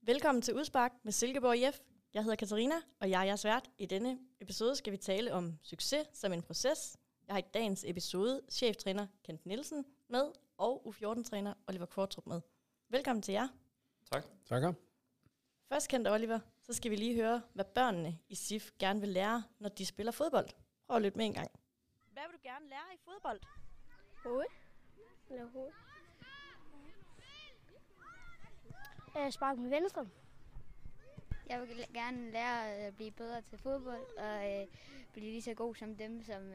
Velkommen til Udspark med Silkeborg IF. Jeg hedder Katarina, og jeg er jeres vært. I denne episode skal vi tale om succes som en proces. Jeg har i dagens episode cheftræner Kent Nielsen med, og U14-træner Oliver Kvartrup med. Velkommen til jer. Tak. Takker. Først, Kent og Oliver, så skal vi lige høre, hvad børnene i SIF gerne vil lære, når de spiller fodbold. Prøv at lytte med en gang. Hvad vil du gerne lære i fodbold? Hoved. Spark med venstre. Jeg vil gerne lære at blive bedre til fodbold og blive lige så god som dem, som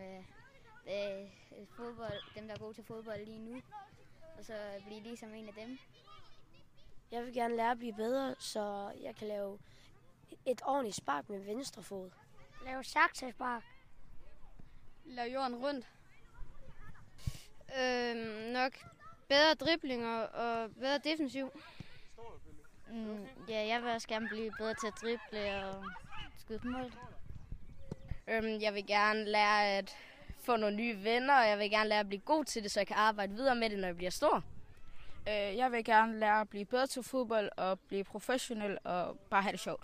dem der er gode til fodbold lige nu. Og så blive ligesom en af dem. Jeg vil gerne lære at blive bedre, så jeg kan lave et ordentligt spark med venstre fod. Lave saksespark. Lave jorden rundt. Nok bedre driblinger og bedre defensiv. Ja, jeg vil også gerne blive bedre til at drible og skyde på mål. Jeg vil gerne lære at få nogle nye venner, og jeg vil gerne lære at blive god til det, så jeg kan arbejde videre med det, når jeg bliver stor. Jeg vil gerne lære at blive bedre til fodbold og blive professionel og bare have det sjovt.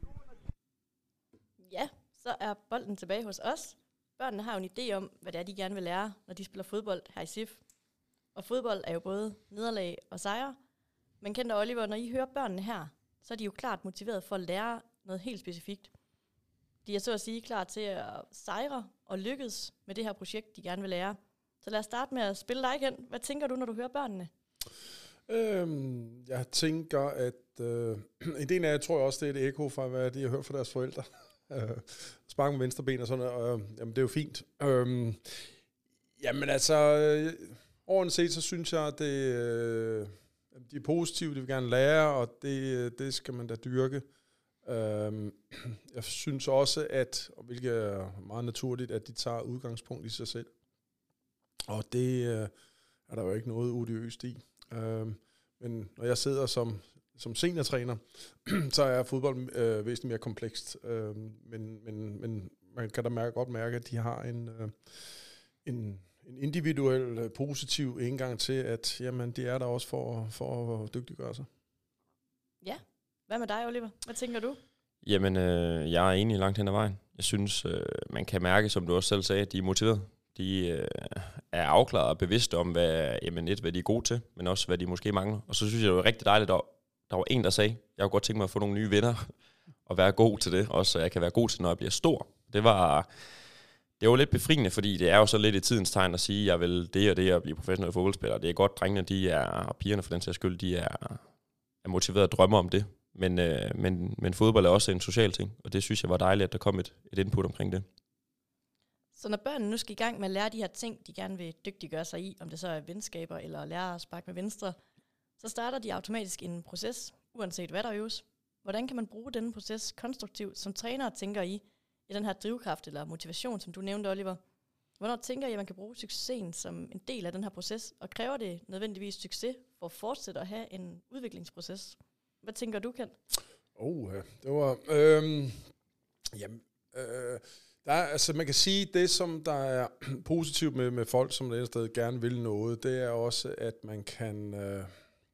Ja, så er bolden tilbage hos os. Børnene har jo en idé om, hvad det er, de gerne vil lære, når de spiller fodbold her i SIF. Og fodbold er jo både nederlag og sejre. Men Kent og Oliver, når I hører børnene her, så er de jo klart motiveret for at lære noget helt specifikt. De er så at sige klar til at sejre og lykkes med det her projekt, de gerne vil lære. Så lad os starte med at spille dig, Kent. Hvad tænker du, når du hører børnene? Jeg tænker, at ideen er, tror jeg også, det er et ekko fra, hvad de har hørt fra deres forældre. Spark med venstre ben og sådan noget. Jamen, det er jo fint. Jamen altså, overordnet set, så synes jeg, at de er positive, de vil gerne lære, og det skal man da dyrke. Jeg synes også, hvilket er meget naturligt, at de tager udgangspunkt i sig selv. Og det er der jo ikke noget odiøst i. Men når jeg sidder som seniortræner, så er fodbold væsentligt mere komplekst. Men man kan da godt mærke, at de har en individuel positiv indgang til, at jamen, de er der også for at dygtiggøre sig. Ja. Hvad med dig, Oliver? Hvad tænker du? Jamen, jeg er enig langt hen ad vejen. Jeg synes, man kan mærke, som du også selv sagde, at de er motiveret. De er afklaret og bevidste om, hvad de er gode til, men også, hvad de måske mangler. Og så synes jeg, det var rigtig dejligt, der var en, der sagde, jeg kunne godt tænke mig at få nogle nye venner, og være god til det. Også, så jeg kan være god til, når jeg bliver stor. Det var jo lidt befriende, fordi det er jo så lidt i tidens tegn at sige, jeg vil det og det og blive professionel fodboldspiller. Det er godt, drengene, og pigerne for den sags skyld, de er motiveret at drømme om det. Men fodbold er også en social ting, og det synes jeg var dejligt, at der kom et input omkring det. Så når børnene nu skal i gang med at lære de her ting, de gerne vil dygtiggøre sig i, om det så er venskaber eller lære at sparke med venstre, så starter de automatisk en proces, uanset hvad der øves. Hvordan kan man bruge denne proces konstruktivt, som træner tænker i den her drivkraft eller motivation, som du nævnte, Oliver? Hvornår tænker I, at man kan bruge succesen som en del af den her proces, og kræver det nødvendigvis succes for at fortsætte at have en udviklingsproces? Hvad tænker du, Kent? Det var... man kan sige, det som der er positivt med folk, som der sted gerne vil noget, det er også, at man kan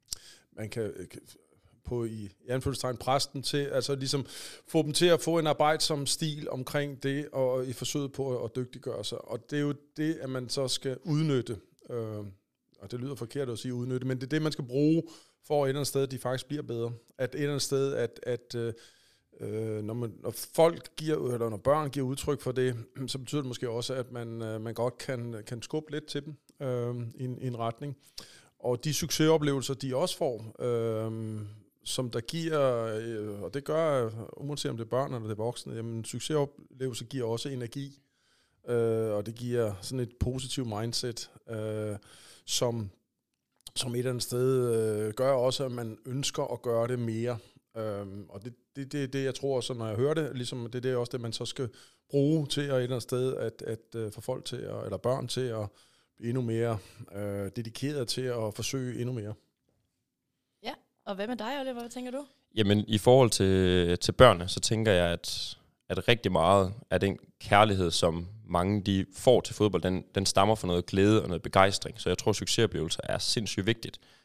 på i anførselstegn præsten til, altså ligesom få dem til at få en arbejdsom stil omkring det, og i forsøget på at dygtiggøre sig. Og det er jo det, at man så skal udnytte, og det lyder forkert at sige udnytte, men det er det, man skal bruge for et eller andet sted, at de faktisk bliver bedre. At et eller andet sted, når folk giver, eller når børn giver udtryk for det, så betyder det måske også, at man godt kan skubbe lidt til dem i en retning. Og de succesoplevelser, de også får, som der giver, og det gør, uanset om det er børn eller det er voksne, jamen succesoplevelser giver også energi, og det giver sådan et positivt mindset, som et eller andet sted gør også, at man ønsker at gøre det mere. Og det er det, jeg tror, så når jeg hører det, ligesom det er også det, man så skal bruge til at et eller andet sted, at få folk til, eller børn til at blive endnu mere dedikeret til at forsøge endnu mere. Ja, og hvad med dig, Oliver? Hvad tænker du? Jamen, i forhold til børnene, så tænker jeg, at rigtig meget af den kærlighed, som mange de får til fodbold, den stammer fra noget glæde og noget begejstring. Så jeg tror, succesoplevelser er sindssygt vigtigt.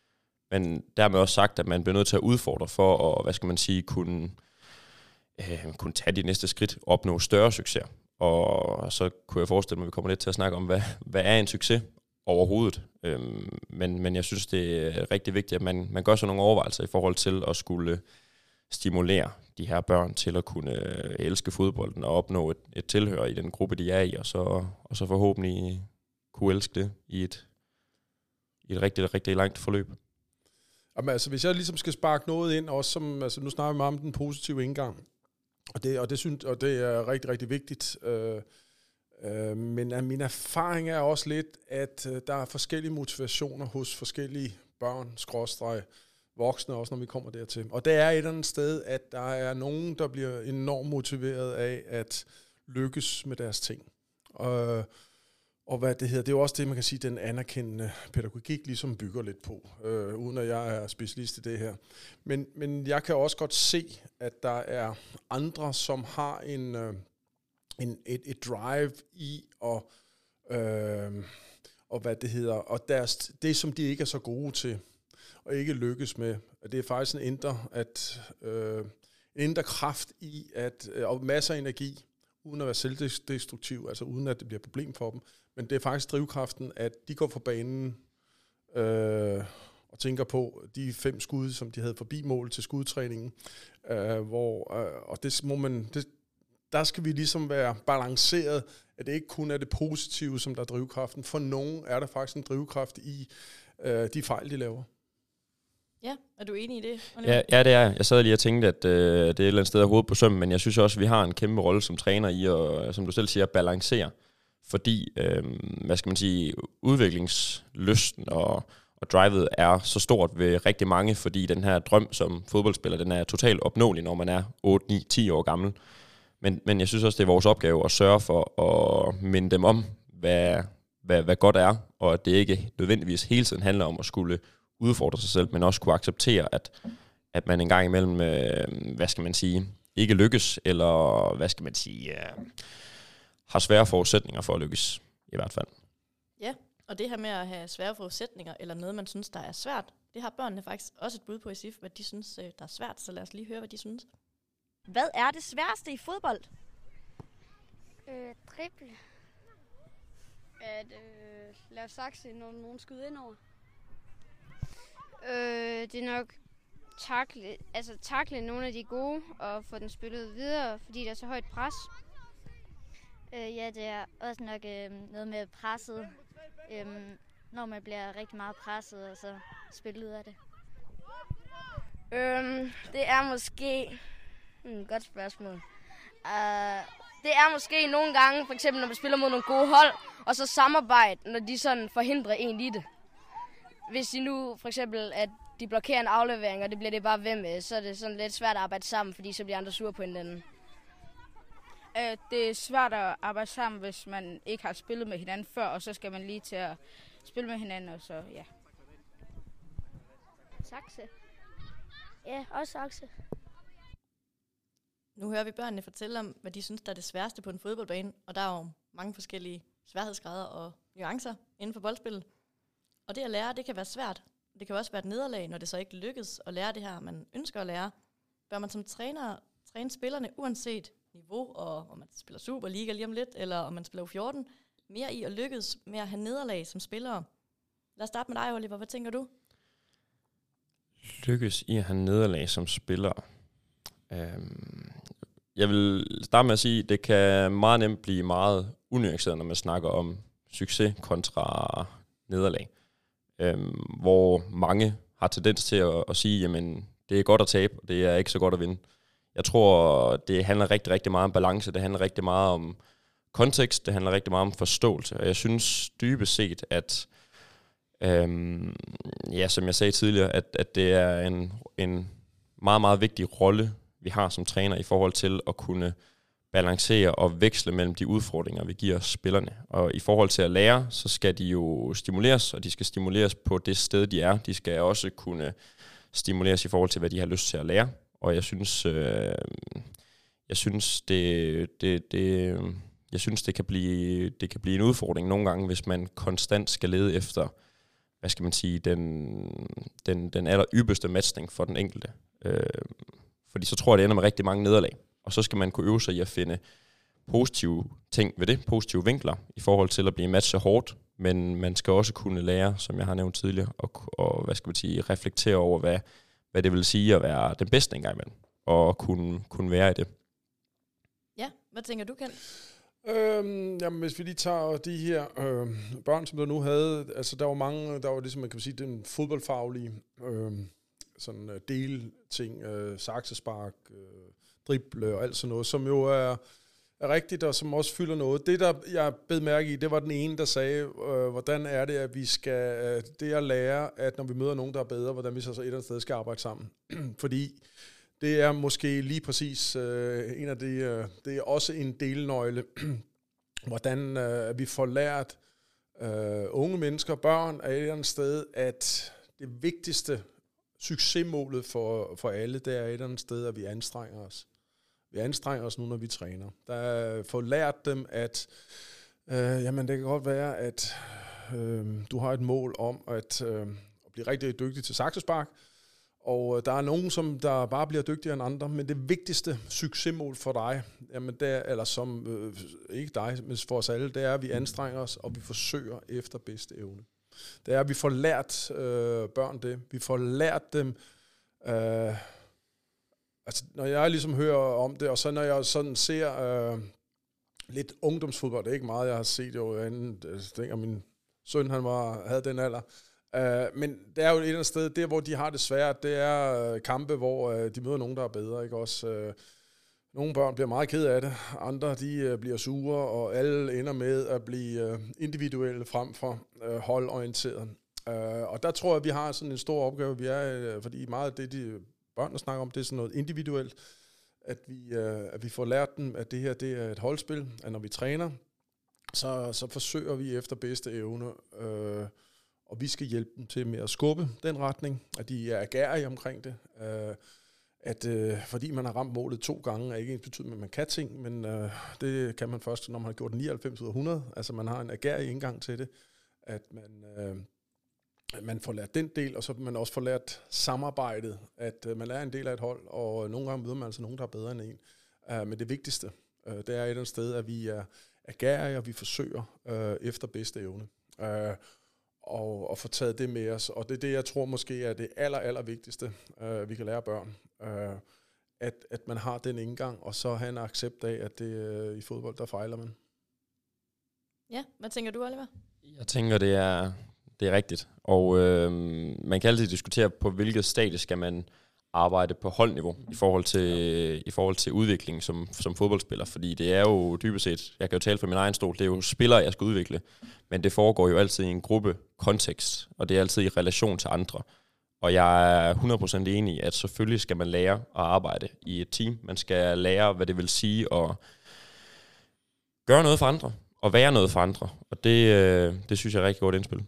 Men dermed også sagt, at man bliver nødt til at udfordre for at, hvad skal man sige, kunne tage de næste skridt, opnå større succes. Og så kunne jeg forestille mig, at vi kommer lidt til at snakke om, hvad er en succes overhovedet. Men jeg synes, det er rigtig vigtigt, at man gør sådan nogle overvejelser i forhold til at skulle stimulere de her børn til at kunne elske fodbolden og opnå et tilhør i den gruppe, de er i, og så forhåbentlig kunne elske det i et rigtig, rigtig langt forløb. Jamen, altså, hvis jeg ligesom skal sparke noget ind, også som, altså, nu snakker vi meget om den positive indgang, og det er rigtig, rigtig vigtigt. Men min erfaring er også lidt, at der er forskellige motivationer hos forskellige børn, voksne også, når vi kommer dertil. Og det er et eller andet sted, at der er nogen, der bliver enormt motiveret af at lykkes med deres ting. Og hvad det hedder, det er jo også det, man kan sige, den anerkendende pædagogik ligesom bygger lidt på, uden at jeg er specialist i det her. Men jeg kan også godt se, at der er andre, som har et drive i og hvad det hedder, og det, som de ikke er så gode til, og ikke lykkes med, det er faktisk en indre kraft i, og masser af energi, uden at være selvdestruktiv, altså uden at det bliver et problem for dem. Men det er faktisk drivkraften, at de går for banen og tænker på de 5 skud, som de havde forbi mål til skudtræningen, og det må man... Der skal vi ligesom være balanceret, at det ikke kun er det positive, som der er drivkraften. For nogen er der faktisk en drivkraft i de fejl, de laver. Ja, er du enig i det? Ja, det er. Jeg sad lige og tænkte, at det er et eller andet sted af hovedet på sømmen, men jeg synes også, at vi har en kæmpe rolle som træner i at, som du selv siger, balancere. Fordi, hvad skal man sige, udviklingslysten og drivet er så stort ved rigtig mange, fordi den her drøm som fodboldspiller, den er totalt opnåelig, når man er 8, 9, 10 år gammel. Men jeg synes også, det er vores opgave at sørge for at minde dem om, hvad godt er, og at det ikke nødvendigvis hele tiden handler om at skulle udfordre sig selv, men også kunne acceptere, at man en gang imellem, hvad skal man sige, ikke lykkes, eller hvad skal man sige, har svære forudsætninger for at lykkes, i hvert fald. Ja, og det her med at have svære forudsætninger, eller noget, man synes, der er svært, det har børnene faktisk også et bud på i SIF, hvad de synes, der er svært, så lad os lige høre, hvad de synes. Hvad er det sværeste i fodbold? Drible. At lave sakse, når nogen skyder ind over. Det er nok takle nogle af de gode og få den spillet videre, fordi der er så højt pres. Ja, det er også nok noget med presset. Når man bliver rigtig meget presset, og så spille ud af det. Det er måske... godt spørgsmål. Det er måske nogle gange, for eksempel når man spiller mod nogle gode hold, og så samarbejde, når de sådan forhindrer en i det. Hvis de nu for eksempel, at de blokerer en aflevering, og det bliver det bare ved med, så er det sådan lidt svært at arbejde sammen, fordi så bliver andre sure på hinanden. Det er svært at arbejde sammen, hvis man ikke har spillet med hinanden før, og så skal man lige til at spille med hinanden, og så ja. Sakse. Ja, også sakse. Nu hører vi børnene fortælle om, hvad de synes, der er det sværeste på en fodboldbane, og der er jo mange forskellige sværhedsgrader og nuancer inden for boldspillet. Og det at lære, det kan være svært. Det kan også være et nederlag, når det så ikke lykkes at lære det her, man ønsker at lære. Bør man som træner træne spillerne uanset niveau, og om man spiller Superliga lige om lidt, eller om man spiller U14, mere i at lykkes med at have nederlag som spillere? Lad os starte med dig, Oliver. Hvad tænker du? Lykkes i at have nederlag som spiller. Jeg vil starte med at sige, at det kan meget nemt blive meget unuanceret, når man snakker om succes kontra nederlag. Hvor mange har tendens til at sige, jamen det er godt at tabe, og det er ikke så godt at vinde. Jeg tror, det handler rigtig, rigtig meget om balance, det handler rigtig meget om kontekst, det handler rigtig meget om forståelse, og jeg synes dybest set, at som jeg sagde tidligere, at det er en meget, meget vigtig rolle, vi har som træner i forhold til at kunne balancere og veksle mellem de udfordringer, vi giver spillerne. Og i forhold til at lære, så skal de jo stimuleres, og de skal stimuleres på det sted, de er. De skal også kunne stimuleres i forhold til, hvad de har lyst til at lære. Og jeg synes, det kan blive en udfordring nogle gange, hvis man konstant skal lede efter, hvad skal man sige, den aller ypperste matchning for den enkelte. Fordi så tror jeg, det ender med rigtig mange nederlag. Og så skal man kunne øve sig i at finde positive ting ved det, positive vinkler, i forhold til at blive matchet hårdt. Men man skal også kunne lære, som jeg har nævnt tidligere, og hvad skal man sige, reflektere over, hvad det vil sige at være den bedste engang imellem, og kunne være i det. Ja, hvad tænker du, Ken? Jamen, hvis vi lige tager de her børn, som der nu havde, altså der var mange, der var ligesom, man kan sige, den fodboldfaglige sådan delting, saksespark, drible og alt sådan noget, som jo er rigtigt, og som også fylder noget. Det, der jeg bed mærke i, det var den ene, der sagde, hvordan er det, at vi skal, det at lære, at når vi møder nogen, der er bedre, hvordan vi så et eller andet sted skal arbejde sammen. Fordi det er måske lige præcis en af de, det er også en delnøgle, hvordan vi får lært unge mennesker, børn, af et eller andet sted, at det vigtigste succesmålet for alle, det er et eller andet sted, at vi anstrenger os. Vi anstrenger os nu, når vi træner. Der får lært dem, at jamen, det kan godt være, at du har et mål om at blive rigtig dygtig til saksespark, og der er nogen, som der bare bliver dygtigere end andre, men det vigtigste succesmål for dig, jamen det er, eller som ikke dig, men for os alle, det er, at vi anstrenger os, og vi forsøger efter bedste evne. Det er, at vi får lært børn det. Vi får lært dem, altså når jeg ligesom hører om det, og så når jeg sådan ser lidt ungdomsfodbold, det er ikke meget, jeg har set jo anden, dengang min søn havde den alder, men det er jo et eller andet sted, der hvor de har det svært, det er kampe, hvor de møder nogen, der er bedre, ikke også? Nogle børn bliver meget ked af det, andre de bliver sure, og alle ender med at blive individuelle frem for holdorienteret. Og der tror jeg, at vi har sådan en stor opgave, vi er, fordi meget af det, de børn snakker om, det er sådan noget individuelt, at vi får lært dem, at det her det er et holdspil, at når vi træner, så forsøger vi efter bedste evne, og vi skal hjælpe dem til med at skubbe den retning, at de er agerige omkring det, fordi man har ramt målet 2 gange, er ikke ens betydning, at man kan ting, men det kan man først, når man har gjort 99 ud af 100, altså man har en agerig indgang til det, at man får lært den del, og så man også får lært samarbejdet, at man er en del af et hold, og nogle gange møder man altså nogen, der er bedre end en. Men det vigtigste, det er et eller andet sted, at vi er agerige, og vi forsøger efter bedste evne. Og få taget det med os. Og det er det, jeg tror måske er det aller vigtigste, vi kan lære børn. At man har den indgang, og så have en accept af, at det, i fodbold, der fejler man. Ja, hvad tænker du, Oliver? Jeg tænker, det er rigtigt. Og man kan altid diskutere, på hvilket stadie skal man arbejde på holdniveau i forhold til udvikling som fodboldspiller. Fordi det er jo dybest set, jeg kan jo tale fra min egen stol, det er jo spillere, jeg skal udvikle. Men det foregår jo altid i en gruppekontekst, og det er altid i relation til andre. Og jeg er 100% enig i, at selvfølgelig skal man lære at arbejde i et team. Man skal lære, hvad det vil sige at gøre noget for andre, og være noget for andre. Og det synes jeg er rigtig godt indspil.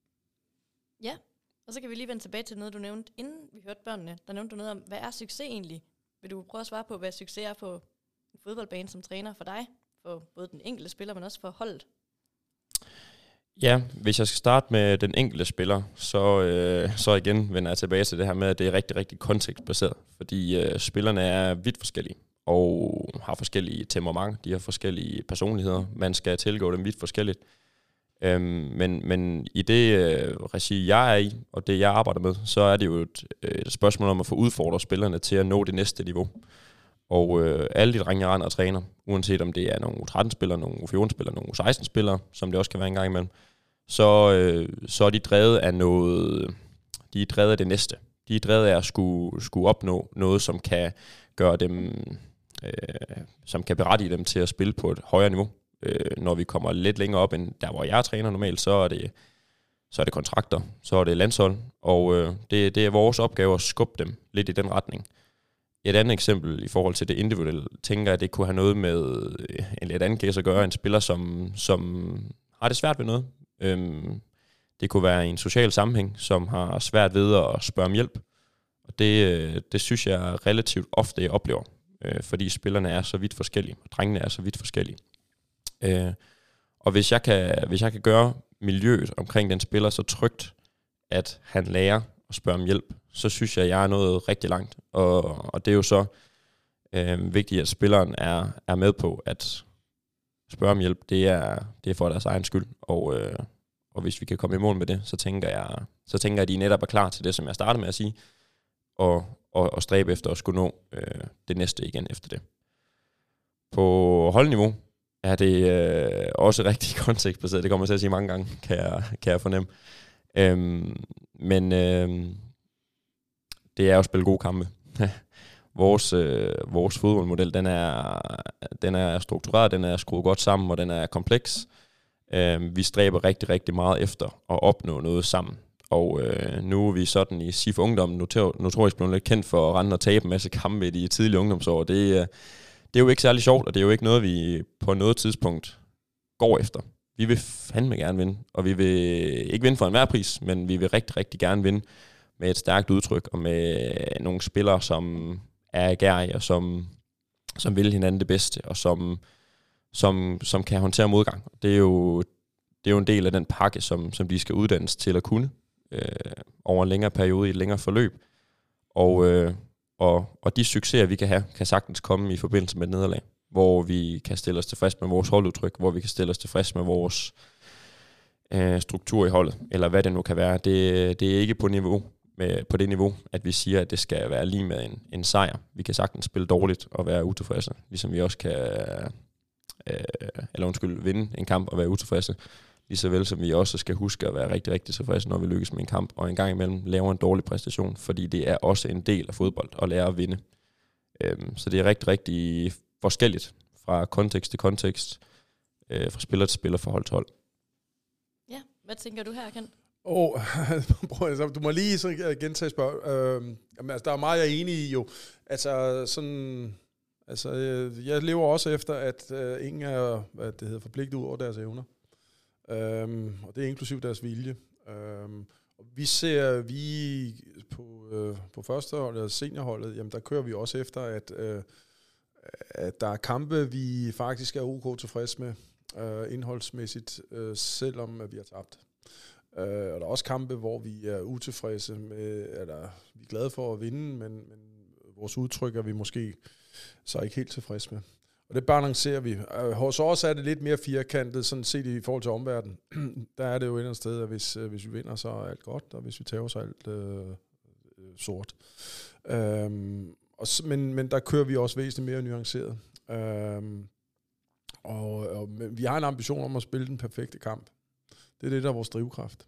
Ja, og så kan vi lige vende tilbage til noget, du nævnte, inden vi hørte børnene. Der nævnte du noget om, hvad er succes egentlig? Vil du prøve at svare på, hvad succes er på en fodboldbane som træner for dig? For både den enkelte spiller, men også for holdet? Ja, hvis jeg skal starte med den enkelte spiller, så igen vender jeg tilbage til det her med, at det er rigtig, rigtig kontekstbaseret. Fordi spillerne er vidt forskellige og har forskellige temperament, de har forskellige personligheder. Man skal tilgå dem vidt forskelligt. Men i det regi, jeg er i, og det jeg arbejder med, så er det jo et spørgsmål om at få udfordret spillerne til at nå det næste niveau. Og alle de drenge, jeg render og træner, uanset om det er nogle U13-spillere, nogle U14-spillere, nogle U16-spillere, som det også kan være en gang imellem, så er de drevet af noget, de er drevet af det næste. De er drevet af at skulle opnå noget, som kan gøre dem, som kan berettige dem til at spille på et højere niveau. Når vi kommer lidt længere op end der, hvor jeg træner normalt, så er det kontrakter, så er det landshold, og det er vores opgave at skubbe dem lidt i den retning. Et andet eksempel i forhold til det individuelle, tænker jeg, at det kunne have noget med en lidt anden case at gøre, en spiller, som har det svært ved noget. Det kunne være en social sammenhæng, som har svært ved at spørge om hjælp. Og det synes jeg relativt ofte, jeg oplever, fordi spillerne er så vidt forskellige, og drengene er så vidt forskellige. Og hvis jeg kan gøre miljøet omkring den spiller så trygt, at han lærer at spørge om hjælp, så synes jeg er nået rigtig langt. Og det er jo så vigtigt, at spilleren er med på at spørge om hjælp. Det er for deres egen skyld. Og hvis vi kan komme i mål med det, så tænker jeg, at de netop er klar til det, som jeg startede med at sige, og stræbe efter at skulle nå det næste igen efter det. På holdniveau er det også rigtig kontekstbaseret. Det kommer jeg til at sige mange gange, kan jeg fornemme. Men det er jo at spille gode kampe. Vores fodboldmodel, den er struktureret, den er skruet godt sammen, og den er kompleks. Vi stræber rigtig, rigtig meget efter at opnå noget sammen. Og nu er vi sådan i SIF Ungdom notorisk blevet lidt kendt for at rende og tabe en masse kampe i de tidlige ungdomsår. Det er jo ikke særlig sjovt, og det er jo ikke noget, vi på noget tidspunkt går efter. Vi vil fandme gerne vinde, og vi vil ikke vinde for enhver pris, men vi vil rigtig, rigtig gerne vinde med et stærkt udtryk, og med nogle spillere, som er agerige, og som vil hinanden det bedste, og som kan håndtere modgang. Det er jo en del af den pakke, som de skal uddannes til at kunne over en længere periode, i et længere forløb. Og de succeser, vi kan have, kan sagtens komme i forbindelse med et nederlag, hvor vi kan stille os tilfreds med vores holdudtryk, hvor vi kan stille os tilfreds med vores struktur i holdet, eller hvad det nu kan være. Det er ikke på det niveau, at vi siger, at det skal være lige med en sejr. Vi kan sagtens spille dårligt og være utilfredse, ligesom vi også kan vinde en kamp og være utilfredse, lige så vel som vi også skal huske at være rigtig, rigtig tilfredse, når vi lykkes med en kamp, og en gang imellem laver en dårlig præstation, fordi det er også en del af fodbold at lære at vinde. Så det er rigtig, rigtig forskelligt fra kontekst til kontekst, fra spiller til spiller, fra hold til hold. Ja, hvad tænker du her, Ken? Du må lige så gentage spørgsmål. Der er meget, jeg er enig i jo. Jeg lever også efter, at ingen er forpligtet ud over deres evner. Og det er inklusiv deres vilje. Vi på førsteholdet eller seniorholdet, jamen der kører vi også efter, at der er kampe, vi faktisk er ok tilfreds med indholdsmæssigt, selvom vi har tabt. Og der er også kampe, hvor vi er utilfredse med, eller vi er glade for at vinde, men vores udtryk er vi måske så ikke helt tilfredse med. Og det balancerer vi. Hos os er det lidt mere firkantet, sådan set i forhold til omverdenen. Der er det jo et eller andet sted, at hvis vi vinder, så er alt godt, og hvis vi tager, så er alt sort. Men der kører vi også væsentligt mere nuanceret. Og vi har en ambition om at spille den perfekte kamp. Det er det, der er vores drivkraft.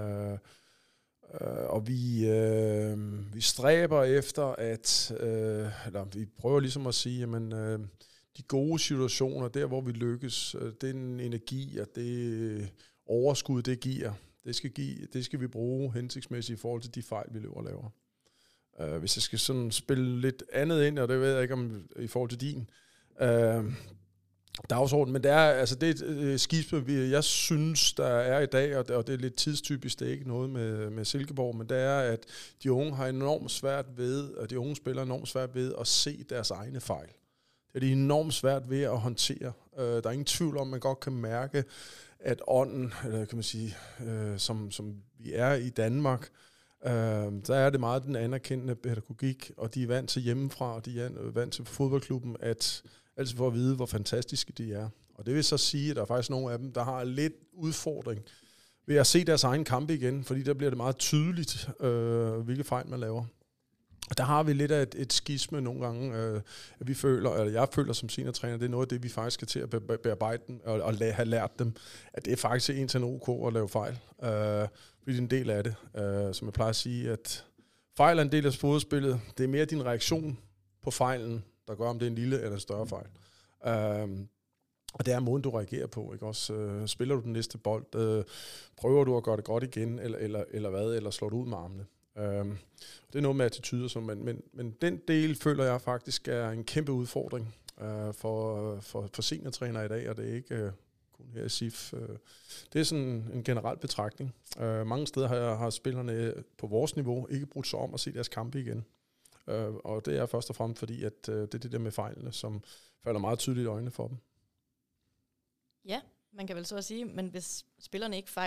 Og vi stræber efter, eller vi prøver ligesom at sige, jamen, de gode situationer, der hvor vi lykkes, den energi og det overskud, det giver, det skal vi bruge hensigtsmæssigt i forhold til de fejl, vi løber og laver. Hvis jeg skal sådan spille lidt andet ind, og det ved jeg ikke om i forhold til din dagsorden, men det er altså det skisme, jeg synes, der er i dag, og det er lidt tidstypisk, det er ikke noget med Silkeborg, men det er, at de unge har enormt svært ved, og de unge spiller enormt svært ved at se deres egne fejl. Det er de enormt svært ved at håndtere. Der er ingen tvivl om, man godt kan mærke, at ånden, eller kan man sige, som vi er i Danmark, der er det meget den anerkendende pædagogik, og de er vant til hjemmefra, og de er vant til fodboldklubben, altså for at vide, hvor fantastiske de er. Og det vil så sige, at der er faktisk nogle af dem, der har lidt udfordring ved at se deres egen kampe igen, fordi der bliver det meget tydeligt, hvilke fejl man laver. Og der har vi lidt af et skisme nogle gange, at vi føler, eller jeg føler som seniortræner, det er noget af det, vi faktisk skal til at bearbejde dem, og have lært dem, at det er faktisk en til en OK at lave fejl. Fordi det er en del af det. Som jeg plejer at sige, at fejl er en del af fodboldspillet. Det er mere din reaktion på fejlen, der gør, om det er en lille eller en større fejl. Og det er måden, du reagerer på. Ikke? Også, spiller du den næste bold? Prøver du at gøre det godt igen, eller hvad? Eller slår du ud med armene? Det er noget med attityder, men den del føler jeg faktisk er en kæmpe udfordring for seniortrænere i dag, og det er ikke kun her i SIF. Det er sådan en generel betragtning. Mange steder har spillerne på vores niveau ikke brugt sig om at se deres kampe igen. Og det er først og fremmest fordi, at det er det der med fejlene, som falder meget tydeligt i øjnene for dem. Ja, man kan vel så at sige, men hvis spillerne ikke fejler,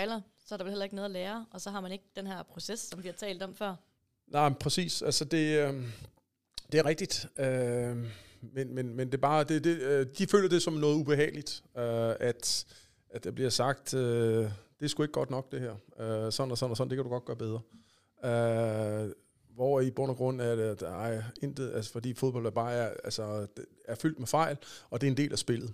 så er der vel heller ikke noget at lære, og så har man ikke den her proces, som vi har talt om før. Nej, præcis. Altså det er rigtigt. Men det er bare, de føler det som noget ubehageligt, at der bliver sagt, det er sgu ikke godt nok det her. Sådan og sådan og sådan, det kan du godt gøre bedre. Hvor i bund og grund er det, der er intet, altså fordi fodbold er bare er fyldt med fejl, og det er en del af spillet.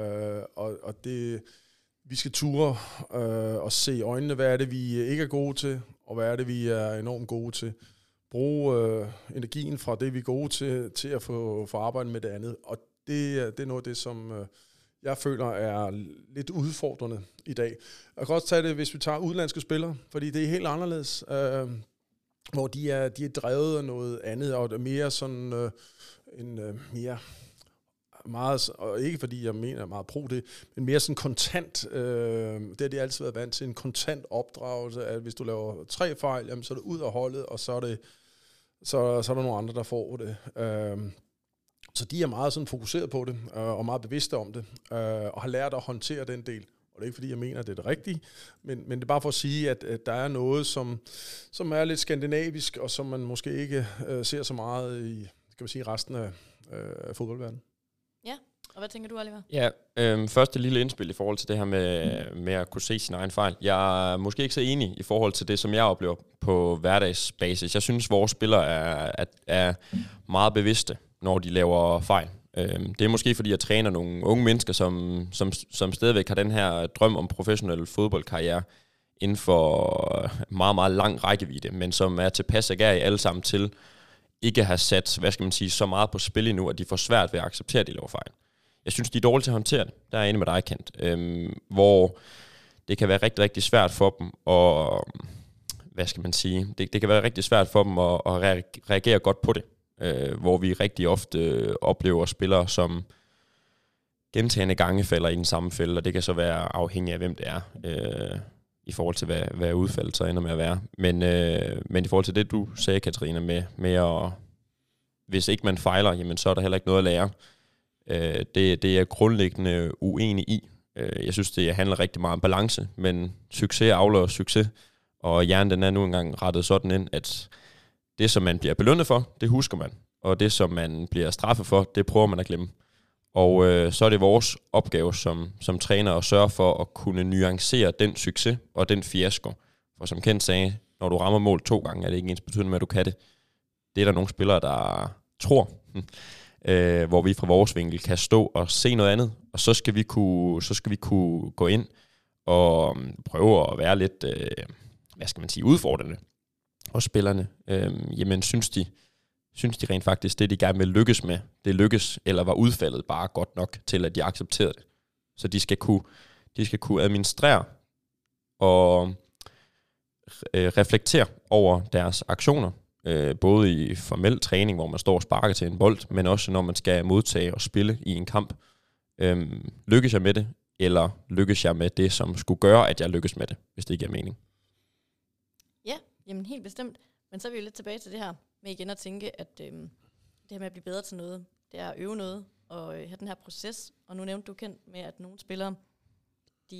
Og det, vi skal ture og se i øjnene, hvad er det, vi ikke er gode til, og hvad er det, vi er enormt gode til. Bruge energien fra det, vi er gode til at få arbejdet med det andet. Og det er noget af det, som jeg føler er lidt udfordrende i dag. Jeg kan også tage det, hvis vi tager udenlandske spillere, fordi det er helt anderledes, hvor de er drevet af noget andet, og det er mere sådan mere meget, og ikke fordi jeg mener meget pro det, men mere sådan kontant, det har de altid været vant til, en kontant opdragelse, at hvis du laver 3 fejl, jamen, så er det ud af holdet, og så er der nogle andre, der får det. Så de er meget sådan fokuseret på det, og meget bevidste om det, og har lært at håndtere den del. Og det er ikke fordi, jeg mener, at det er det rigtige, men det er bare for at sige, at der er noget, som er lidt skandinavisk, og som man måske ikke ser så meget i, kan man sige, resten af fodboldverdenen. Ja, og hvad tænker du, Oliver? Ja, første lille indspil i forhold til det her med at kunne se sin egen fejl. Jeg er måske ikke så enig i forhold til det, som jeg oplever på hverdagsbasis. Jeg synes, vores spillere er meget bevidste, når de laver fejl. Det er måske fordi, jeg træner nogle unge mennesker, som stadigvæk har den her drøm om professionel fodboldkarriere inden for meget, meget lang rækkevidde, men som er tilpas agerige alle sammen til ikke at have sat, hvad skal man sige, så meget på spil endnu, at de får svært ved at acceptere, at de laver fejl. Jeg synes, de er dårlige til at håndtere det. Der er jeg enig med dig, Kent. Hvor det kan være rigtig, rigtig svært for dem at, hvad skal man sige, det kan være rigtig svært for dem at reagere godt på det. Hvor vi rigtig ofte oplever spillere, som gentagende gange falder i den samme fælde, og det kan så være afhængig af, hvem det er, i forhold til, hvad udfaldet så ender med at være. Men i forhold til det, du sagde, Katrine, med at, hvis ikke man fejler, jamen, så er der heller ikke noget at lære. Det er grundlæggende uenig i. Jeg synes, det handler rigtig meget om balance, men succes afløser succes, og hjernen den er nu engang rettet sådan ind, at det, som man bliver belønnet for, det husker man. Og det, som man bliver straffet for, det prøver man at glemme. Og så er det vores opgave som træner at sørge for at kunne nuancere den succes og den fiasko. For som Kent sagde, når du rammer mål 2 gange, er det ikke ens betydende med, at du kan det. Det er der nogle spillere, der tror, hvor vi fra vores vinkel kan stå og se noget andet. Og så skal vi kunne gå ind og prøve at være lidt, hvad skal man sige, udfordrende. Og spillerne, jamen synes de rent faktisk, det de gerne vil lykkes med, det lykkes, eller var udfaldet bare godt nok til, at de accepterede det. Så de skal kunne administrere og reflektere over deres aktioner, både i formel træning, hvor man står og sparker til en bold, men også når man skal modtage og spille i en kamp. Lykkes jeg med det, eller lykkes jeg med det, som skulle gøre, at jeg lykkes med det, hvis det giver mening? Ja, jamen helt bestemt. Men så er vi jo lidt tilbage til det her med igen at tænke, at det her med at blive bedre til noget, det er at øve noget, og have den her proces. Og nu nævnte du, Kent, med, at nogle spillere, de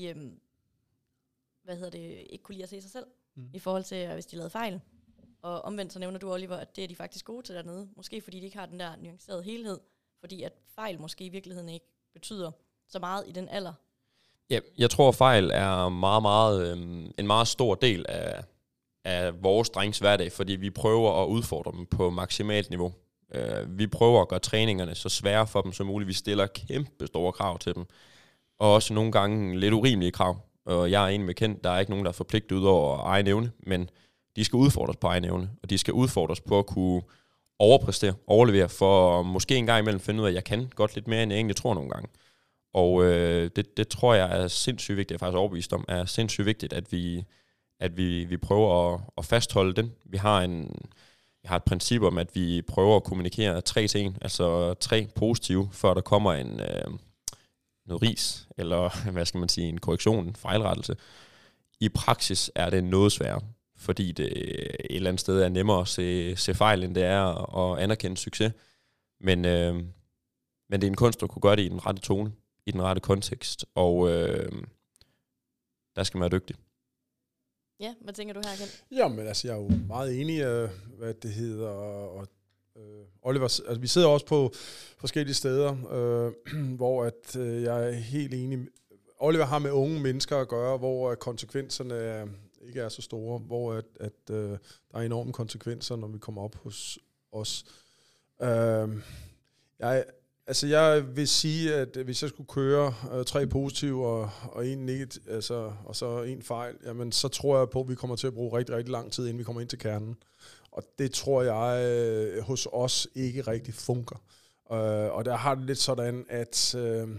ikke kunne lide at se sig selv, i forhold til, hvis de lavede fejl. Og omvendt så nævner du, Oliver, at det er de faktisk gode til dernede. Måske fordi de ikke har den der nuancerede helhed, fordi at fejl måske i virkeligheden ikke betyder så meget i den alder. Ja, jeg tror, at fejl er en meget stor del af vores drengs hverdag, fordi vi prøver at udfordre dem på maksimalt niveau. Vi prøver at gøre træningerne så svære for dem som muligt. Vi stiller kæmpe store krav til dem, og også nogle gange lidt urimelige krav. Og jeg er enig med Kent, der er ikke nogen, der er forpligtet ud over egen evne, men de skal udfordres på egen evne, og de skal udfordres på at kunne overpræstere, overlevere, for måske en gang imellem finde ud af, at jeg kan godt lidt mere, end jeg egentlig tror nogle gange. Og det tror jeg er sindssygt vigtigt, jeg er faktisk overbevist om, er sindssygt vigtigt, at vi prøver at fastholde den. Vi har et princip om, at vi prøver at kommunikere 3 til 1, altså 3 positive, før der kommer noget ris, eller hvad skal man sige, en korrektion, en fejlrettelse. I praksis er det noget sværere, fordi det et eller andet sted er nemmere at se fejl, end det er at anerkende succes. Men det er en kunst at kunne gøre det i den rette tone, i den rette kontekst, og der skal man være dygtig. Ja, hvad tænker du her, Ken? Jamen, altså, jeg er jo meget enig, hvad det hedder, og Oliver, altså, vi sidder også på forskellige steder, hvor at, jeg er helt enig. Oliver har med unge mennesker at gøre, hvor konsekvenserne ikke er så store, hvor at der er enorme konsekvenser, når vi kommer op hos os. Jeg vil sige, at hvis jeg skulle køre 3 positive og en negativ, altså, og så en fejl, jamen, så tror jeg på, at vi kommer til at bruge rigtig, rigtig lang tid, inden vi kommer ind til kernen. Og det tror jeg hos os ikke rigtig fungerer. Og der har det lidt sådan, at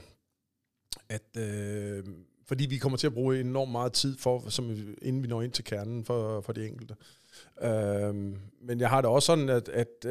fordi vi kommer til at bruge enormt meget tid inden vi når ind til kernen for de enkelte. Men jeg har det også sådan, at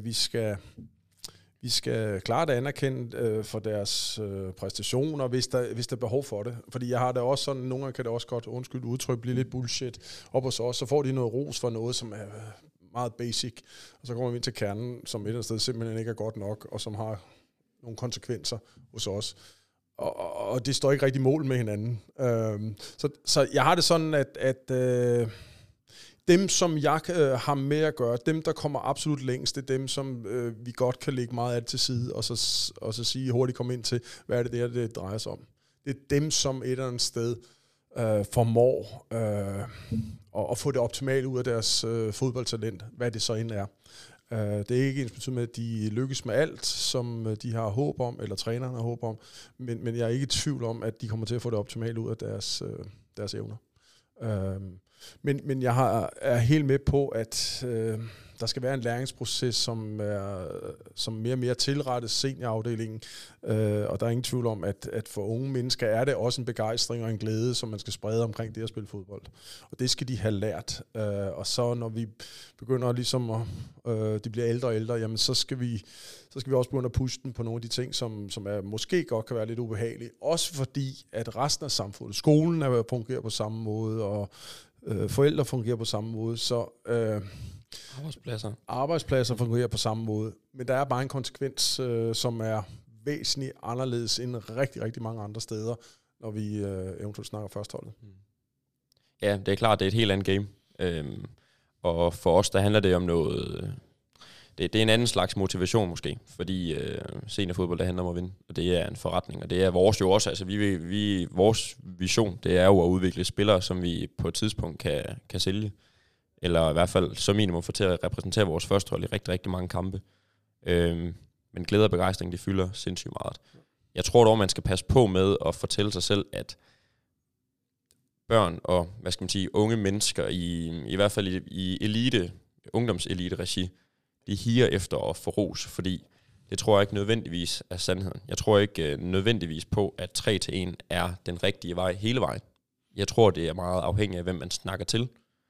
vi skal klart anerkende for deres præstationer, hvis der er behov for det. Fordi jeg har det også sådan, nogle gange kan det også godt, undskyld udtryk, blive lidt bullshit op hos os. Så får de noget ros for noget, som er meget basic. Og så kommer vi ind til kernen, som et eller andet sted simpelthen ikke er godt nok, og som har nogle konsekvenser hos os. Og det står ikke rigtig mål med hinanden. Så jeg har det sådan, at dem, som jeg har med at gøre, dem, der kommer absolut længst, det er dem, som vi godt kan lægge meget af til side, og så sige hurtigt komme ind til, hvad er det drejer sig om. Det er dem, som et eller andet sted formår at få det optimale ud af deres fodboldtalent, hvad det så end er. Det er ikke ensbetydende med, at de lykkes med alt, som de har håb om, eller træneren har håb om, men jeg er ikke i tvivl om, at de kommer til at få det optimale ud af deres evner. Men jeg er helt med på, at der skal være en læringsproces, som mere og mere tilrettes seniorafdelingen. Og der er ingen tvivl om, at for unge mennesker er det også en begejstring og en glæde, som man skal sprede omkring det at spille fodbold. Og det skal de have lært. Og så når vi begynder ligesom de bliver ældre og ældre, jamen så skal vi også begynde at pushe den på nogle af de ting, som er, måske godt kan være lidt ubehagelige. Også fordi, at resten af samfundet, skolen fungerer på samme måde, og forældre fungerer på samme måde, så arbejdspladser fungerer på samme måde. Men der er bare en konsekvens, som er væsentligt anderledes end rigtig, rigtig mange andre steder, når vi eventuelt snakker førsteholdet. Ja, det er klart, det er et helt andet game. Og for os, der handler det om noget. Det er en anden slags motivation måske, fordi seniorfodbold, der handler om at vinde, og det er en forretning, og det er vores jo også. Altså vores vision, det er jo at udvikle spillere, som vi på et tidspunkt kan sælge, eller i hvert fald som minimum få til at repræsentere vores førstehold i rigtig, rigtig mange kampe. Men glæde og begejstring, det fylder sindssygt meget. Jeg tror dog, man skal passe på med at fortælle sig selv, at børn og, hvad skal man sige, unge mennesker, i hvert fald i ungdomselite-regi, de higer efter at få ros, fordi det tror jeg ikke nødvendigvis er sandheden. Jeg tror ikke nødvendigvis på, at 3-1 er den rigtige vej hele vejen. Jeg tror, det er meget afhængigt af, hvem man snakker til.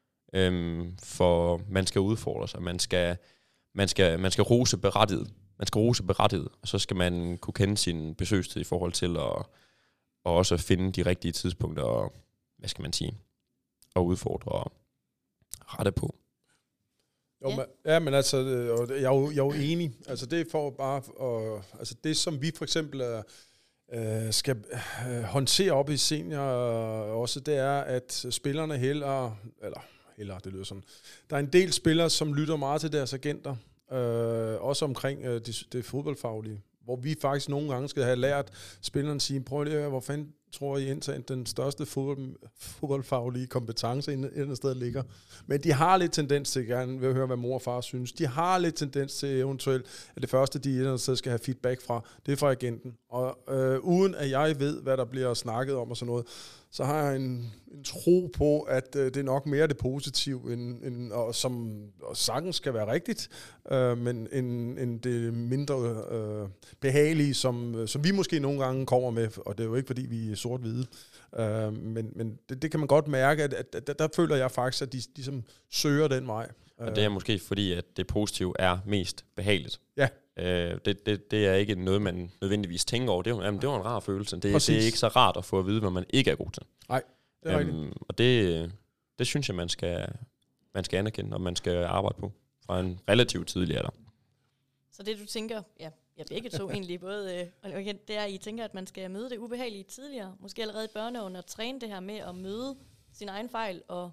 For man skal udfordre sig. Man skal rose berettiget. Man skal rose berettiget, og så skal man kunne kende sin besøgstid i forhold til at også finde de rigtige tidspunkter og, hvad skal man sige, at udfordre og rette på. Jo, men altså, jeg er jo enig. Altså det er for bare, altså det som vi for eksempel skal håndtere op i senior også, det er, at spillerne hellere, det lyder sådan. Der er en del spillere, som lytter meget til deres agenter, også omkring det fodboldfaglige, hvor vi faktisk nogle gange skal have lært spillerne at sige, prøv lige, hvor fanden tror I indtaget den største fodboldfaglige kompetence et eller andet sted ligger. Men de har lidt tendens til, gerne vil høre, hvad mor og far synes. De har lidt tendens til eventuelt, at det første, de et eller andet sted skal have feedback fra, det er fra agenten. Og uden at jeg ved, hvad der bliver snakket om og sådan noget, så har jeg en tro på, at det er nok mere det positive, og som sagtens skal være rigtigt, men end det mindre behagelige, som vi måske nogle gange kommer med, og det er jo ikke, fordi vi er sort-hvide, men det kan man godt mærke, at der føler jeg faktisk, at de som søger den vej. Og det er måske fordi, at det positive er mest behageligt. Ja. Det er ikke noget, man nødvendigvis tænker over. Det var en rar følelse. Det er ikke så rart at få at vide, hvad man ikke er god til. Nej, det er rigtigt. Og det synes jeg, man skal anerkende, og man skal arbejde på fra en relativt tidlig alder. Så det du tænker, ja begge to egentlig, både det er, at I tænker, at man skal møde det ubehagelige tidligere, måske allerede i børneåren, og træne det her med at møde sin egen fejl, og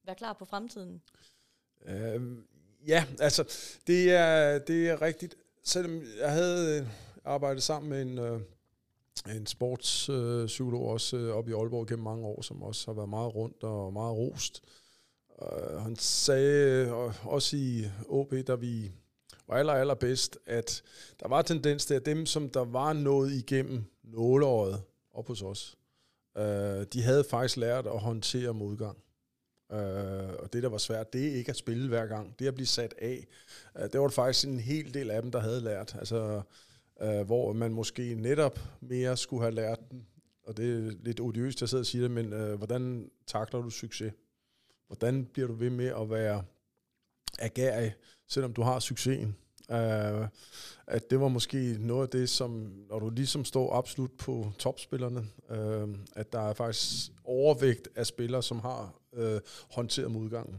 være klar på fremtiden? Ja, altså, det er rigtigt. Selvom jeg havde arbejdet sammen med en sportspsykolog også oppe i Aalborg gennem mange år, som også har været meget rundt og meget rost. Han sagde også i OB, da vi var allerbedst, at der var tendens til, at dem, som der var nået igennem nåleåret op hos os, de havde faktisk lært at håndtere modgang. Og det, der var svært, det er ikke at spille hver gang. Det at blive sat af. Det var faktisk en hel del af dem, der havde lært. Altså, hvor man måske netop mere skulle have lært den. Og det er lidt odiøst, jeg sidder og siger det, men hvordan takler du succes? Hvordan bliver du ved med at være agerig, selvom du har succesen? At det var måske noget af det, som, når du ligesom står absolut på topspillerne, at der er faktisk overvægt af spillere, som har håndteret modgangen.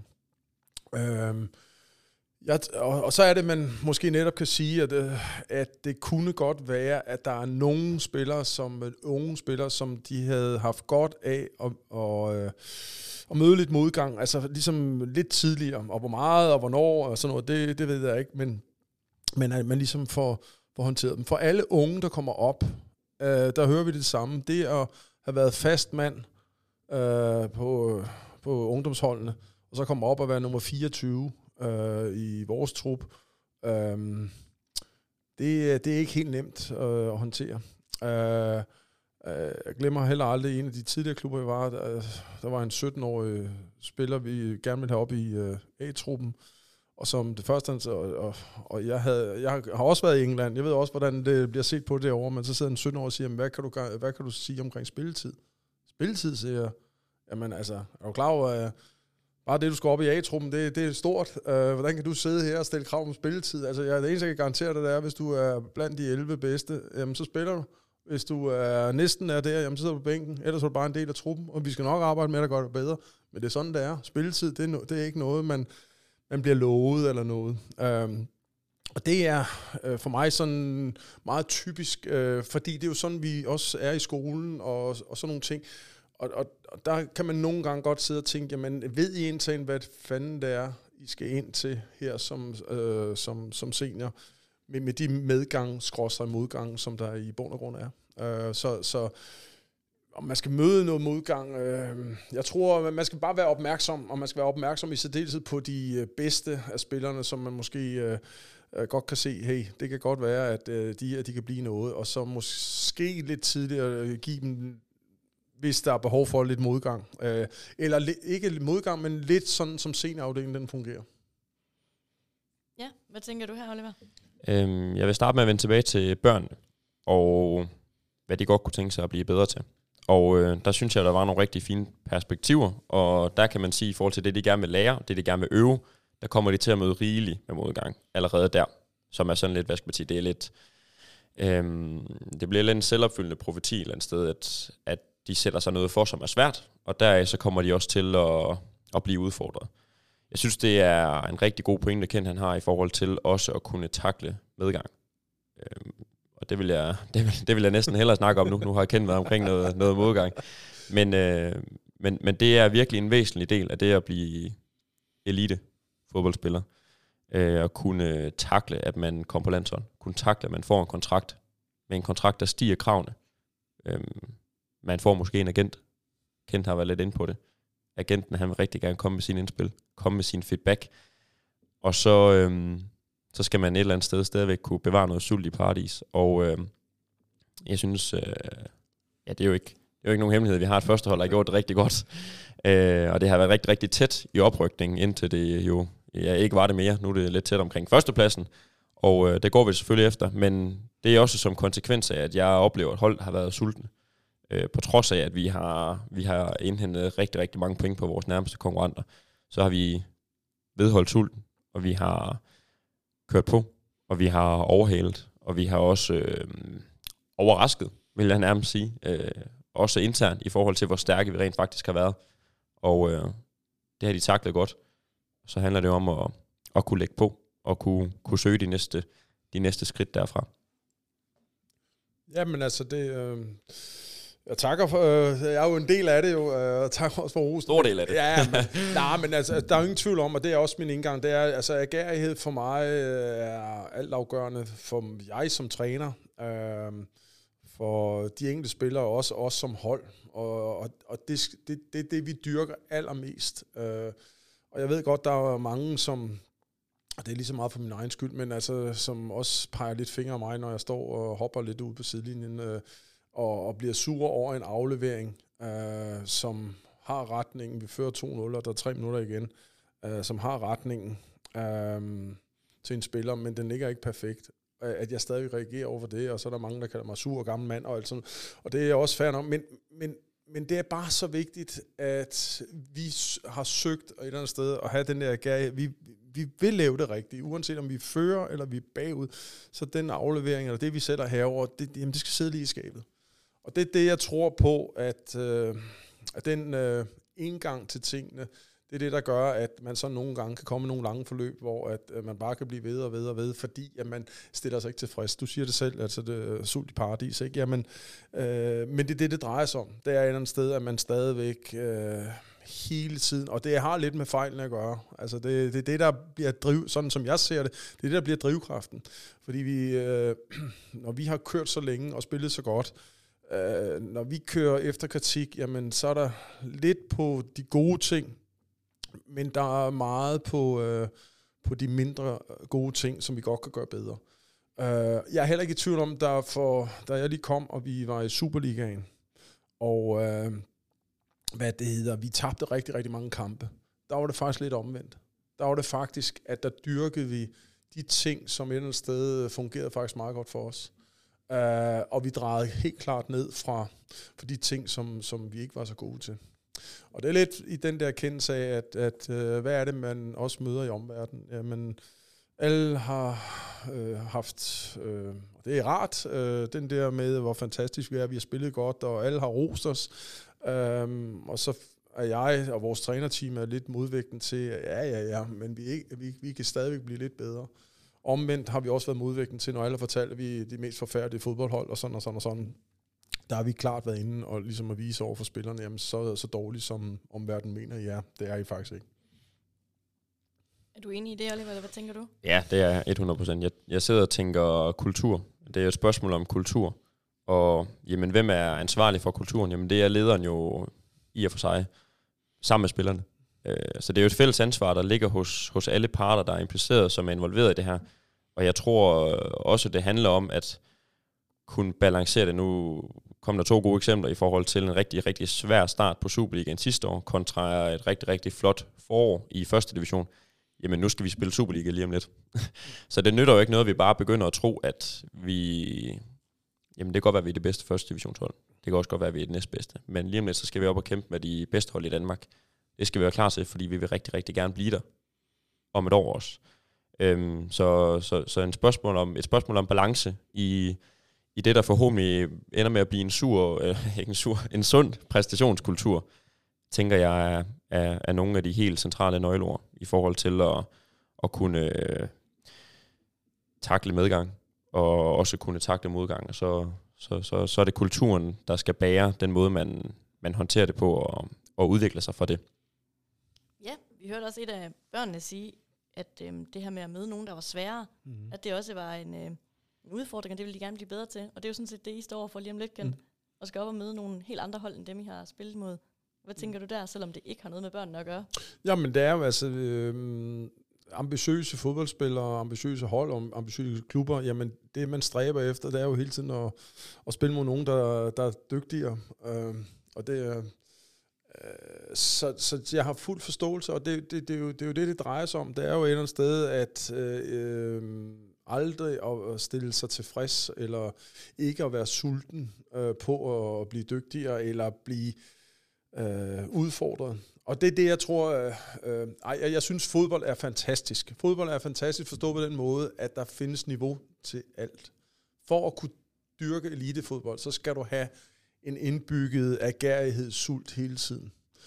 Og så er det, man måske netop kan sige, at det kunne godt være, at der er nogle spillere, unge spillere, som de havde haft godt af at møde lidt modgang, altså ligesom lidt tidligere, og hvor meget og hvornår og sådan noget, det ved jeg ikke, men at man ligesom får håndteret dem. For alle unge, der kommer op, der hører vi det samme. Det at have været fast mand på ungdomsholdene, og så komme op og være nummer 24 i vores trup, det er ikke helt nemt at håndtere. Jeg glemmer heller aldrig en af de tidligere klubber, jeg var. Der var en 17-årig spiller, vi gerne ville have op i A-truppen, og som det første, og jeg har også været i England. Jeg ved også, hvordan det bliver set på derovre, men så sidder en 17-årig og siger, hvad kan du sige omkring spilletid? Spilletid, siger jeg. Jamen altså, er du klar over, bare det, du skal op i A-truppen, det er stort. Hvordan kan du sidde her og stille krav om spilletid? Altså, det eneste, jeg kan garantere dig, det er, hvis du er blandt de 11 bedste, jamen, så spiller du. Hvis du næsten er der, jamen, så sidder du på bænken. Ellers er du bare en del af truppen, og vi skal nok arbejde med at gøre det bedre. Men det er sådan, det er. Spilletid, det er ikke noget, man bliver lovet eller noget. Og det er for mig sådan meget typisk, fordi det er jo sådan, vi også er i skolen og sådan nogle ting. Og der kan man nogle gange godt sidde og tænke, jamen ved I indtil hvad fanden det er, I skal ind til her som senior, med de modgang, som der i bund og grund er. Så om man skal møde noget modgang, jeg tror, man skal bare være opmærksom, og man skal være opmærksom i særdeleshed på de bedste af spillerne, som man måske godt kan se, hey, det kan godt være, at de kan blive noget, og så måske lidt tidligere give dem, hvis der er behov for lidt modgang. Eller ikke lidt modgang, men lidt sådan, som seniorafdelingen den fungerer. Ja, hvad tænker du her, Oliver? Jeg vil starte med at vende tilbage til børnene, og hvad de godt kunne tænke sig at blive bedre til. Og der synes jeg, der var nogle rigtig fine perspektiver, og der kan man sige, i forhold til det, de gerne vil lære, det de gerne vil øve, der kommer de til at møde rigeligt med modgang allerede der, som er sådan lidt, hvad skal man sige, det er lidt, det bliver lidt en selvopfyldende profeti et eller andet sted, at de sætter sig noget for, som er svært, og deraf så kommer de også til at blive udfordret. Jeg synes, det er en rigtig god pointe, Kent han har i forhold til også at kunne takle medgang. Og det vil jeg næsten hellere snakke om nu. Nu har jeg kendt været omkring noget modgang. Men det er virkelig en væsentlig del af det at blive elite fodboldspiller. At kunne takle, at man kommer på landshold. Kunne takle, at man får en kontrakt. Med en kontrakt, der stiger kravene. Man får måske en agent. Kent har været lidt inde på det. Agenten, han vil rigtig gerne komme med sin indspil. Komme med sin feedback. Og så skal man et eller andet sted stadigvæk kunne bevare noget sult i paradis. Og jeg synes, det er jo ikke nogen hemmelighed. Vi har et førstehold, der har gjort det rigtig godt. Og det har været rigtig, rigtig tæt i oprykningen, indtil det jo ikke var det mere. Nu er det lidt tæt omkring førstepladsen. Og det går vi selvfølgelig efter. Men det er også som konsekvens af, at jeg oplever, at hold har været sultne. På trods af, at vi har indhentet rigtig, rigtig mange point på vores nærmeste konkurrenter, så har vi vedholdt sulten, og vi har kørt på, og vi har overhalet, og vi har også overrasket, vil jeg nærmest sige, også internt i forhold til, hvor stærke vi rent faktisk har været. Og det har de taklet godt. Så handler det om at kunne lægge på, og kunne søge de næste skridt derfra. Jamen altså, det Jeg takker for, jeg er jo en del af det jo, og tak også for rosen. Stor del af det. Ja, men altså, der er jo ingen tvivl om, og det er også min indgang, det er, altså agerighed for mig er altafgørende for jeg som træner, for de enkelte spillere, også som hold, og det er det, vi dyrker allermest. Og jeg ved godt, der er mange, som, og det er lige så meget for min egen skyld, men altså, som også peger lidt fingre af mig, når jeg står og hopper lidt ude på sidelinjen, og bliver sur over en aflevering, som har retningen. Vi fører 2-0, og der er 3 minutter igen, som har retningen til en spiller, men den ligger ikke perfekt. At jeg stadig reagerer over det, og så er der mange, der kalder mig sur og gammel mand, og alt sådan. Og det er også fair nok, men det er bare så vigtigt, at vi har søgt et eller andet sted at have den der vi vil lave det rigtigt, uanset om vi fører eller vi er bagud, så den aflevering, eller det vi sætter herover, det skal sidde lige i skabet. Og det er det, jeg tror på, at den indgang til tingene, det er det, der gør, at man så nogle gange kan komme nogle lange forløb, hvor at man bare kan blive ved og ved og ved, fordi at man stiller sig ikke tilfreds. Du siger det selv, altså det er sult i paradis, ikke? Jamen, men det er det drejer sig om. Det er et eller andet sted, at man stadigvæk hele tiden, og det har lidt med fejlene at gøre. Altså det er det, der bliver sådan som jeg ser det, det er det, der bliver drivkraften. Fordi vi, når vi har kørt så længe og spillet så godt, når vi kører efter kritik, jamen så er der lidt på de gode ting, men der er meget på de mindre gode ting, som vi godt kan gøre bedre. Jeg er heller ikke i tvivl om, da jeg lige kom, og vi var i Superligaen, og vi tabte rigtig, rigtig mange kampe. Der var det faktisk lidt omvendt. Der var det faktisk, at der dyrkede vi de ting, som et eller andet sted fungerede faktisk meget godt for os. Og vi drejede helt klart ned fra de ting, som vi ikke var så gode til. Og det er lidt i den der erkendelse af, at hvad er det, man også møder i omverdenen? Jamen, alle har haft, og det er rart, den der med, hvor fantastisk vi er, vi har spillet godt, og alle har rost os. Og så er jeg og vores trænerteam er lidt modvægten til, ja, men vi kan stadigvæk blive lidt bedre. Omvendt har vi også været modvægten til, når alle har fortalt, at vi er de mest forfærdelige fodboldhold, og sådan og sådan og sådan. Der har vi klart været inde og ligesom at vise over for spillerne, jamen så dårligt som omverdenen mener I er. Det er I faktisk ikke. Er du enig i det, Oliver, eller hvad tænker du? Ja, det er 100%. Jeg sidder og tænker kultur. Det er jo et spørgsmål om kultur. Og jamen, hvem er ansvarlig for kulturen? Jamen, det er lederen jo i og for sig, sammen med spillerne. Så det er jo et fælles ansvar, der ligger hos alle parter, der er impliceret, som er involveret i det her. Og jeg tror også, det handler om at kunne balancere det. Nu kom der 2 gode eksempler i forhold til en rigtig, rigtig svær start på Superligaen sidste år, kontra et rigtig, rigtig flot forår i første division. Jamen, nu skal vi spille Superliga lige om lidt. Så det nytter jo ikke noget, at vi bare begynder at tro, at vi... Jamen, det kan godt være, at vi er det bedste første divisionshold. Det kan også godt være, at vi er det næstbedste. Men lige om lidt, så skal vi op og kæmpe med de bedste hold i Danmark. Det skal vi være klar til, fordi vi vil rigtig, rigtig gerne blive der om et år også. Så et spørgsmål om balance i det, der forhåbentlig ender med at blive en sund præstationskultur, tænker jeg er nogle af de helt centrale nøgleord i forhold til at kunne takle medgang og også kunne takle modgang. Og så er det kulturen, der skal bære den måde, man håndterer det på og udvikle sig fra det. Ja, vi hørte også et af børnene sige, at det her med at møde nogen, der var sværere, at det også var en udfordring, og det ville de gerne blive bedre til. Og det er jo sådan set det, I står for lige om lidt, og skal op og møde nogle helt andre hold, end dem, I har spillet mod. Hvad tænker du der, selvom det ikke har noget med børnene at gøre? Jamen, det er jo altså ambitiøse fodboldspillere, ambitiøse hold og ambitiøse klubber. Jamen, det man stræber efter, det er jo hele tiden at spille mod nogen, der er dygtigere. Og det er... Så jeg har fuld forståelse, og det er jo det drejer sig om. Det er jo et eller andet sted, at aldrig at stille sig tilfreds, eller ikke at være sulten på at blive dygtigere, eller blive udfordret. Og det er det, jeg tror... jeg synes, fodbold er fantastisk. Fodbold er fantastisk forstået på den måde, at der findes niveau til alt. For at kunne dyrke elitefodbold, så skal du have en indbygget agerighed, sult hele tiden.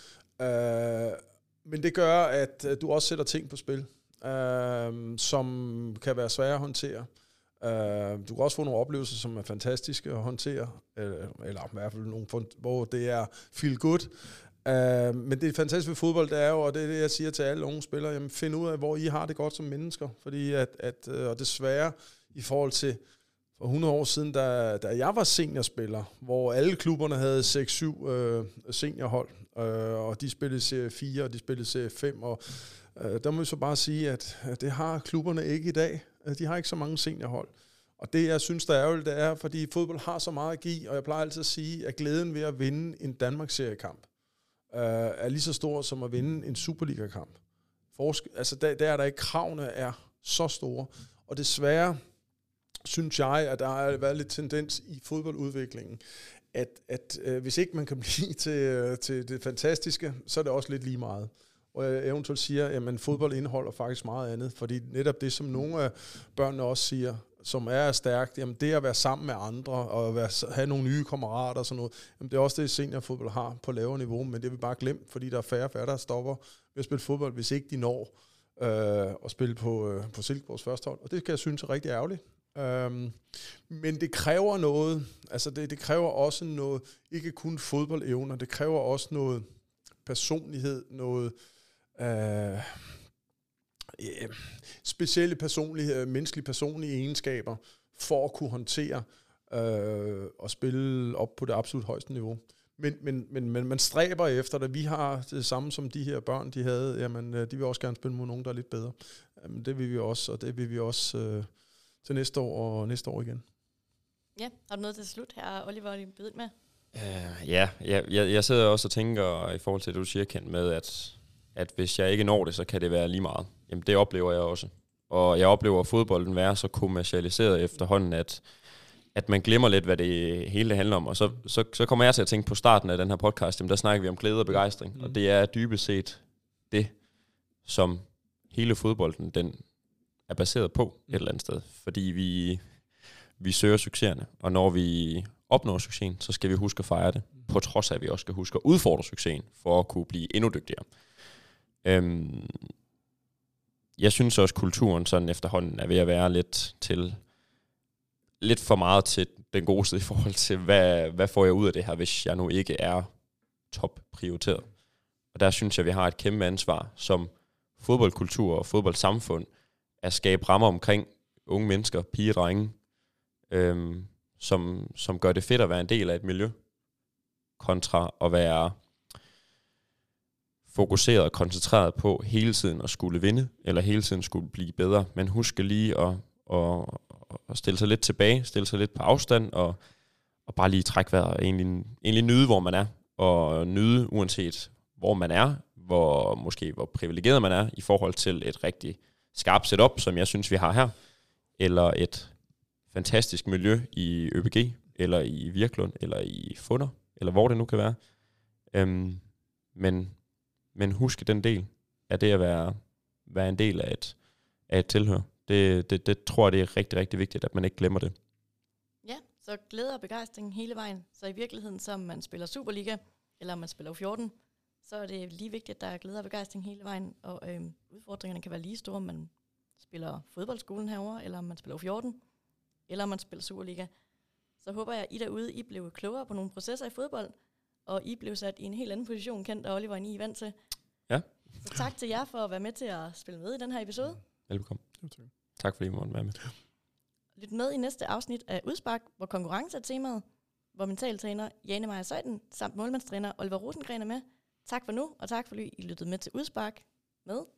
Men det gør, at du også sætter ting på spil, som kan være svære at håndtere. Du kan også få nogle oplevelser, som er fantastiske at håndtere, eller i hvert fald nogle, hvor det er feel good. Men det fantastiske ved fodbold, det er jo, og det er det, jeg siger til alle unge spillere, jamen find ud af, hvor I har det godt som mennesker. Fordi og desværre, i forhold til for 100 år siden, da jeg var seniorspiller, hvor alle klubberne havde 6-7 seniorhold, og de spillede serie 4, og de spillede serie 5, og der må vi så bare sige, at det har klubberne ikke i dag. De har ikke så mange seniorhold. Og det, jeg synes, der er ærgerligt, det er, fordi fodbold har så meget at give, og jeg plejer altid at sige, at glæden ved at vinde en Danmarks-seriekamp er lige så stor som at vinde en Superliga-kamp. Altså, der er der ikke, kravene er så store. Og desværre synes jeg, at der har været lidt tendens i fodboldudviklingen, at hvis ikke man kan blive til det fantastiske, så er det også lidt lige meget. Og jeg eventuelt siger, at fodbold indeholder faktisk meget andet, fordi netop det, som nogle af børnene også siger, som er stærkt, jamen det at være sammen med andre, og have nogle nye kammerater og sådan noget, jamen det er også det, seniorfodbold har på lavere niveau, men det har vi bare glemt, fordi der er færre, der stopper ved at spille fodbold, hvis ikke de når at spille på Silkeborgs første hold. Og det kan jeg synes er rigtig ærgerligt. Men det kræver noget, altså det kræver også noget, ikke kun fodboldevner, det kræver også noget personlighed, noget specielle menneskelige personlige egenskaber for at kunne håndtere og spille op på det absolut højeste niveau. Men man stræber efter det. Vi har det samme som de her børn, de havde. Jamen, de vil også gerne spille mod nogen, der er lidt bedre. Jamen, det vil vi også, og det vil vi også til næste år og næste år igen. Ja, har du noget til slut her, Oliver, og byde med? Jeg sidder også og tænker i forhold til det, du siger, Kent, med, at hvis jeg ikke når det, så kan det være lige meget. Jamen, det oplever jeg også. Og jeg oplever fodbolden være så kommercialiseret efterhånden, at man glemmer lidt, hvad det hele handler om. Og så kommer jeg til at tænke på starten af den her podcast, jamen, der snakker vi om glæde og begejstring. Og det er dybest set det, som hele fodbolden, den er baseret på et eller andet sted. Fordi vi søger succeserne, og når vi opnår succesen, så skal vi huske at fejre det, på trods af, at vi også skal huske at udfordre succesen, for at kunne blive endnu dygtigere. Jeg synes også, at kulturen sådan efterhånden er ved at være lidt for meget til den gode side i forhold til, hvad får jeg ud af det her, hvis jeg nu ikke er top prioriteret. Og der synes jeg, at vi har et kæmpe ansvar som fodboldkultur og fodboldsamfund, at skabe rammer omkring unge mennesker, piger og drenge, som gør det fedt at være en del af et miljø, kontra at være fokuseret og koncentreret på hele tiden at skulle vinde, eller hele tiden skulle blive bedre, men husk lige at stille sig lidt tilbage, stille sig lidt på afstand, og bare lige trække vejret, og egentlig nyde, hvor man er, og nyde uanset hvor man er, hvor privilegeret man er, i forhold til et rigtig skarpt setup, som jeg synes, vi har her, eller et fantastisk miljø i ÖBG, eller i Virklund, eller i Funder, eller hvor det nu kan være. Men husk den del af det at være en del af et tilhør. Det tror jeg, det er rigtig, rigtig vigtigt, at man ikke glemmer det. Ja, så glæde og begejstring hele vejen. Så i virkeligheden, som man spiller Superliga, eller man spiller U14, så er det lige vigtigt, at der er glæde og begejstring hele vejen. Og udfordringerne kan være lige store, om man spiller fodboldskolen herovre, eller om man spiller U14, eller om man spiller Superliga. Så håber jeg, at I derude, I blev klogere på nogle processer i fodbold, og I blev sat i en helt anden position, Kent og Oliver, end I er vant til. Ja. Så tak til jer for at være med til at spille med i den her episode. Velbekomme. Tak fordi I måtte være med. Lyt med i næste afsnit af Udspark, hvor konkurrence er temaet, hvor mentaltræner Jane Meyer Søjden samt målmandstræner Oliver Rosengren er med. Tak for nu, og tak fordi I lyttede med til Udspark med